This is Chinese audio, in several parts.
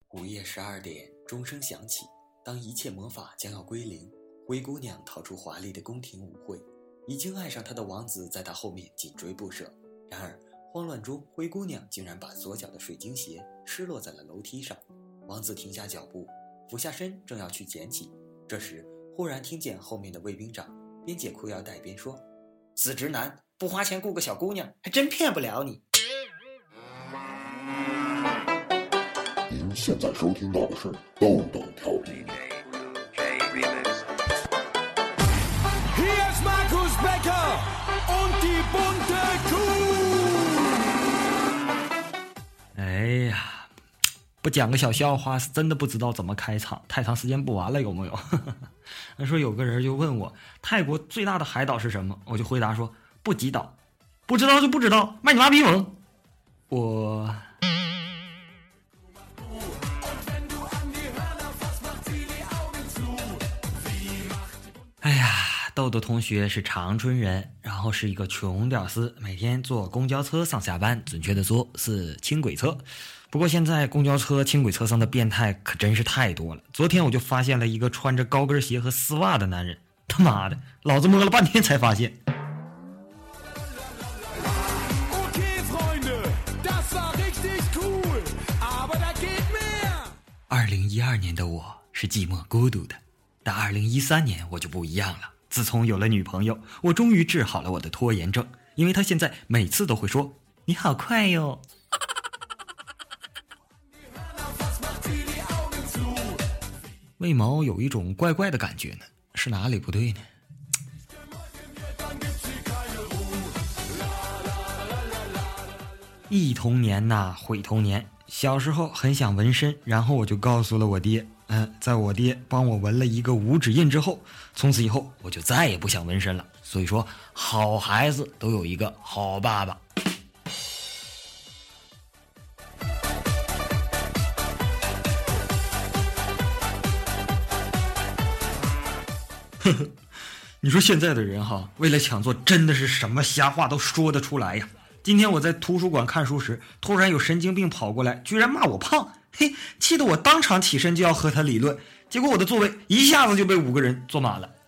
午夜12点，钟声响起。当一切魔法将要归零，灰姑娘逃出华丽的宫廷舞会，已经爱上她的王子在她后面紧追不舍。然而慌乱中，灰姑娘竟然把左脚的水晶鞋失落在了楼梯上。王子停下脚步，俯下身正要去捡起，这时忽然听见后面的卫兵长边解裤腰带边说：“死直男，不花钱雇个小姑娘，还真骗不了你。” 您现在收听到的是豆豆调频。 Hier ist Markus Becker und die bunte Kuh。 哎呀，不讲个小笑话是真的不知道怎么开场，太长时间不玩了有没有？他说有个人就问我泰国最大的海岛是什么，我就回答说不吉岛。不知道就不知道，卖你妈逼萌！哎呀，豆豆同学是长春人，然后是一个穷屌丝，每天坐公交车上下班，准确的说是轻轨车。不过现在公交车、轻轨车上的变态可真是太多了。昨天我就发现了一个穿着高跟鞋和丝袜的男人，他妈的，老子摸了半天才发现。2012年的我是寂寞孤独的，但2013年我就不一样了。自从有了女朋友，我终于治好了我的拖延症，因为她现在每次都会说你好快哟。为毛有一种怪怪的感觉呢？是哪里不对呢？忆童年呐，毁童年。小时候很想纹身，然后我就告诉了我爹，在我爹帮我纹了一个五指印之后，从此以后我就再也不想纹身了。所以说，好孩子都有一个好爸爸。呵呵，你说现在的人哈，为了抢座真的是什么瞎话都说得出来呀。今天我在图书馆看书时，突然有神经病跑过来，居然骂我胖，嘿，气得我当场起身就要和他理论，结果我的座位一下子就被5个人坐满了。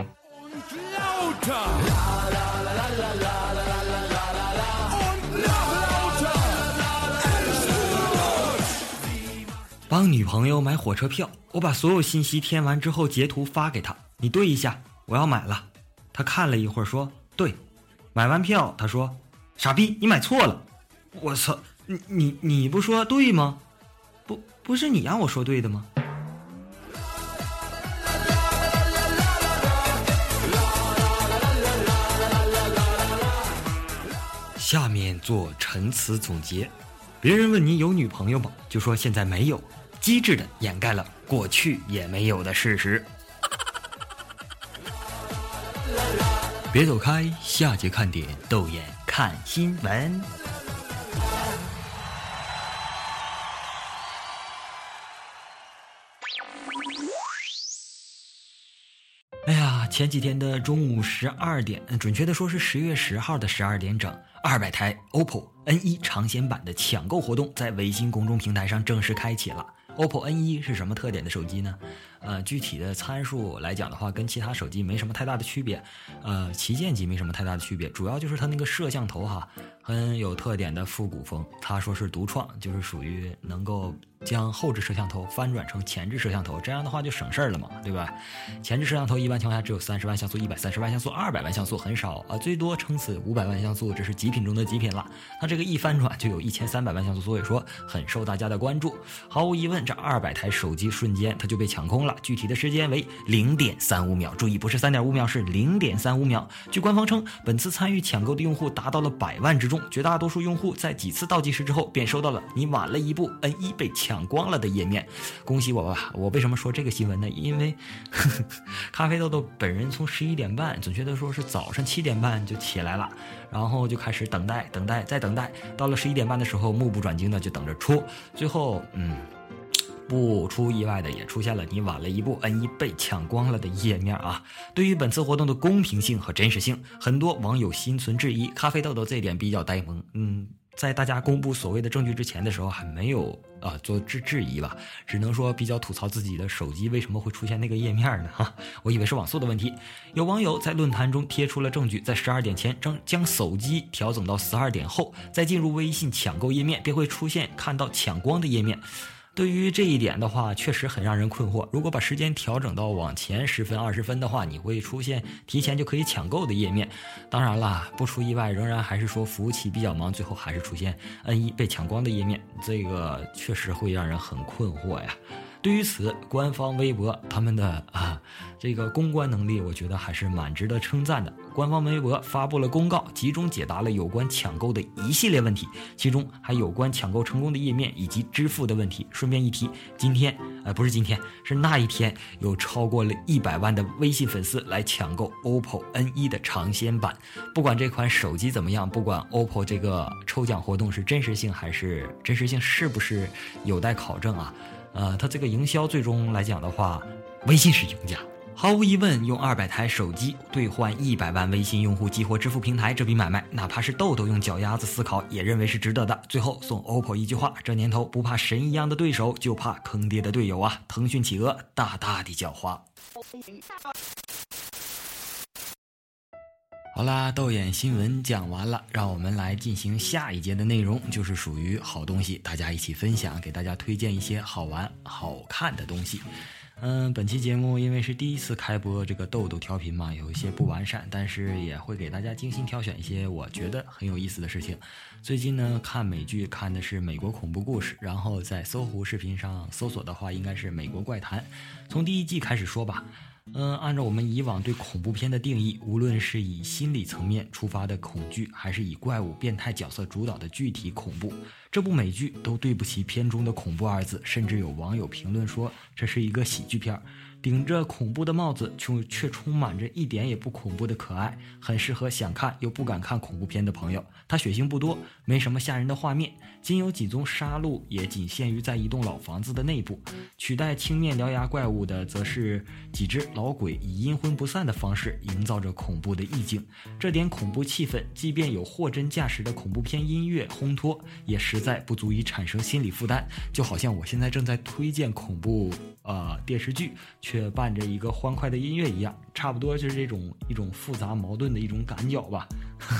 帮女朋友买火车票，我把所有信息填完之后截图发给他，你对一下，我要买了。他看了一会儿说对，买完票他说傻逼，你买错了！我操，你不说对吗？不是你让我说对的吗？下面做陈词总结。别人问你有女朋友吗？就说现在没有，机智的掩盖了过去也没有的事实。别走开，下节看点豆眼看新闻。哎呀，前几天的中午12点，准确的说是10月10号的12点整，200台 OPPO N1 长显版的抢购活动在微信公众平台上正式开启了。OPPO N1 是什么特点的手机呢？具体的参数来讲的话，跟其他手机没什么太大的区别，旗舰机没什么太大的区别，主要就是它那个摄像头哈，很有特点的复古风。他说是独创，就是属于能够将后置摄像头翻转成前置摄像头，这样的话就省事儿了嘛，对吧？前置摄像头一般情况下只有30万像素、130万像素、200万像素，很少啊，最多撑死500万像素，这是极品中的极品了。它这个一翻转就有1300万像素，所以说很受大家的关注。毫无疑问，这200台手机瞬间它就被抢空了，具体的时间为0.35秒，注意不是3.5秒，是0.35秒。据官方称，本次参与抢购的用户达到了100万之众，绝大多数用户在几次倒计时之后便收到了你晚了一步 N1 被抢光了的页面。恭喜我吧！我为什么说这个新闻呢？因为咖啡豆豆本人从11点半，准确的说是早上7点半就起来了，然后就开始等待再等待，到了11点半的时候目不转睛的就等着出，最后不出意外的也出现了你晚了一步 N1 被抢光了的页面啊。对于本次活动的公平性和真实性，很多网友心存质疑，咖啡豆豆这一点比较呆萌， 在大家公布所谓的证据之前的时候还没有做质疑吧，只能说比较吐槽自己的手机为什么会出现那个页面呢？我以为是网速的问题。有网友在论坛中贴出了证据，在12点前将手机调整到12点后，再进入微信抢购页面，便会出现看到抢光的页面。对于这一点的话，确实很让人困惑。如果把时间调整到往前10分、20分的话，你会出现提前就可以抢购的页面。当然啦，不出意外，仍然还是说服务器比较忙，最后还是出现 N1 被抢光的页面，这个确实会让人很困惑呀。对于此，官方微博他们的这个公关能力，我觉得还是蛮值得称赞的。官方微博发布了公告，集中解答了有关抢购的一系列问题，其中还有关抢购成功的页面以及支付的问题。顺便一提，是那一天有超过了100万的微信粉丝来抢购 OPPO N1 的尝鲜版。不管这款手机怎么样，不管 OPPO 这个抽奖活动是真实性是不是有待考证啊？它这个营销最终来讲的话，微信是赢家。毫无疑问，用200台手机兑换100万微信用户激活支付平台，这笔买卖哪怕是豆豆用脚丫子思考也认为是值得的。最后送 OPPO 一句话，这年头不怕神一样的对手，就怕坑爹的队友啊！腾讯企鹅大大的狡猾。好啦，豆眼新闻讲完了，让我们来进行下一节的内容，就是属于好东西，大家一起分享，给大家推荐一些好玩好看的东西。本期节目因为是第一次开播这个豆豆调频嘛，有一些不完善，但是也会给大家精心挑选一些我觉得很有意思的事情。最近呢，看美剧看的是美国恐怖故事，然后在搜狐视频上搜索的话，应该是美国怪谈。从第1季开始说吧。按照我们以往对恐怖片的定义，无论是以心理层面出发的恐惧，还是以怪物变态角色主导的具体恐怖，这部美剧都对不起片中的恐怖2字，甚至有网友评论说这是一个喜剧片，顶着恐怖的帽子却充满着一点也不恐怖的可爱，很适合想看又不敢看恐怖片的朋友。它血腥不多，没什么吓人的画面，仅有几宗杀戮，也仅限于在一栋老房子的内部。取代青面獠牙怪物的则是几只老鬼以阴魂不散的方式营造着恐怖的意境。这点恐怖气氛即便有货真价实的恐怖片音乐烘托，也实在不足以产生心理负担。就好像我现在正在推荐恐怖电视剧，却伴着一个欢快的音乐一样，差不多就是一种复杂矛盾的一种感觉吧。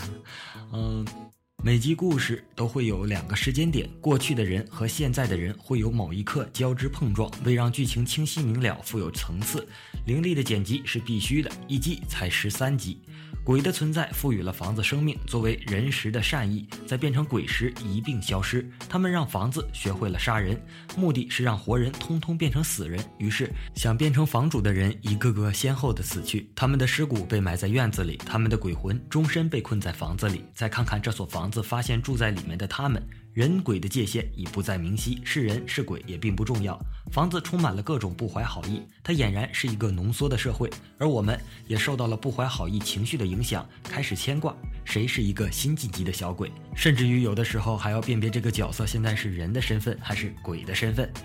每集故事都会有2个时间点，过去的人和现在的人会有某一刻交织碰撞，为让剧情清晰明了、富有层次，凌厉的剪辑是必须的，一季才13集。鬼的存在赋予了房子生命，作为人时的善意，在变成鬼时一并消失。他们让房子学会了杀人，目的是让活人通通变成死人。于是想变成房主的人一个个先后的死去，他们的尸骨被埋在院子里，他们的鬼魂终身被困在房子里。再看看这所房子，发现住在里面的他们，人鬼的界限已不再明晰，是人是鬼也并不重要。房子充满了各种不怀好意，它俨然是一个浓缩的社会，而我们也受到了不怀好意情绪的影响，开始牵挂谁是一个新晋级的小鬼，甚至于有的时候还要辨别这个角色现在是人的身份还是鬼的身份。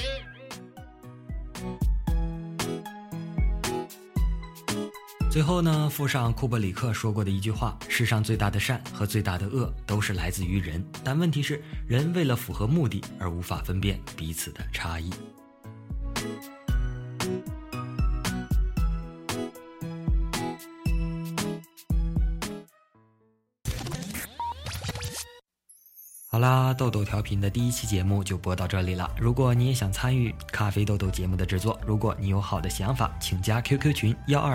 最后呢，附上库布里克说过的一句话，世上最大的善和最大的恶都是来自于人，但问题是人为了符合目的而无法分辨彼此的差异。好啦，豆豆调频的第1期节目就播到这里了。如果你也想参与咖啡豆豆节目的制作，如果你有好的想法，请加 QQ 群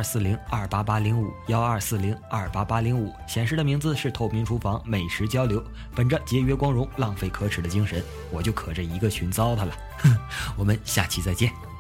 124028805，124028805，显示的名字是透明厨房美食交流。本着节约光荣浪费可耻的精神，我就可这一个群糟蹋了。我们下期再见。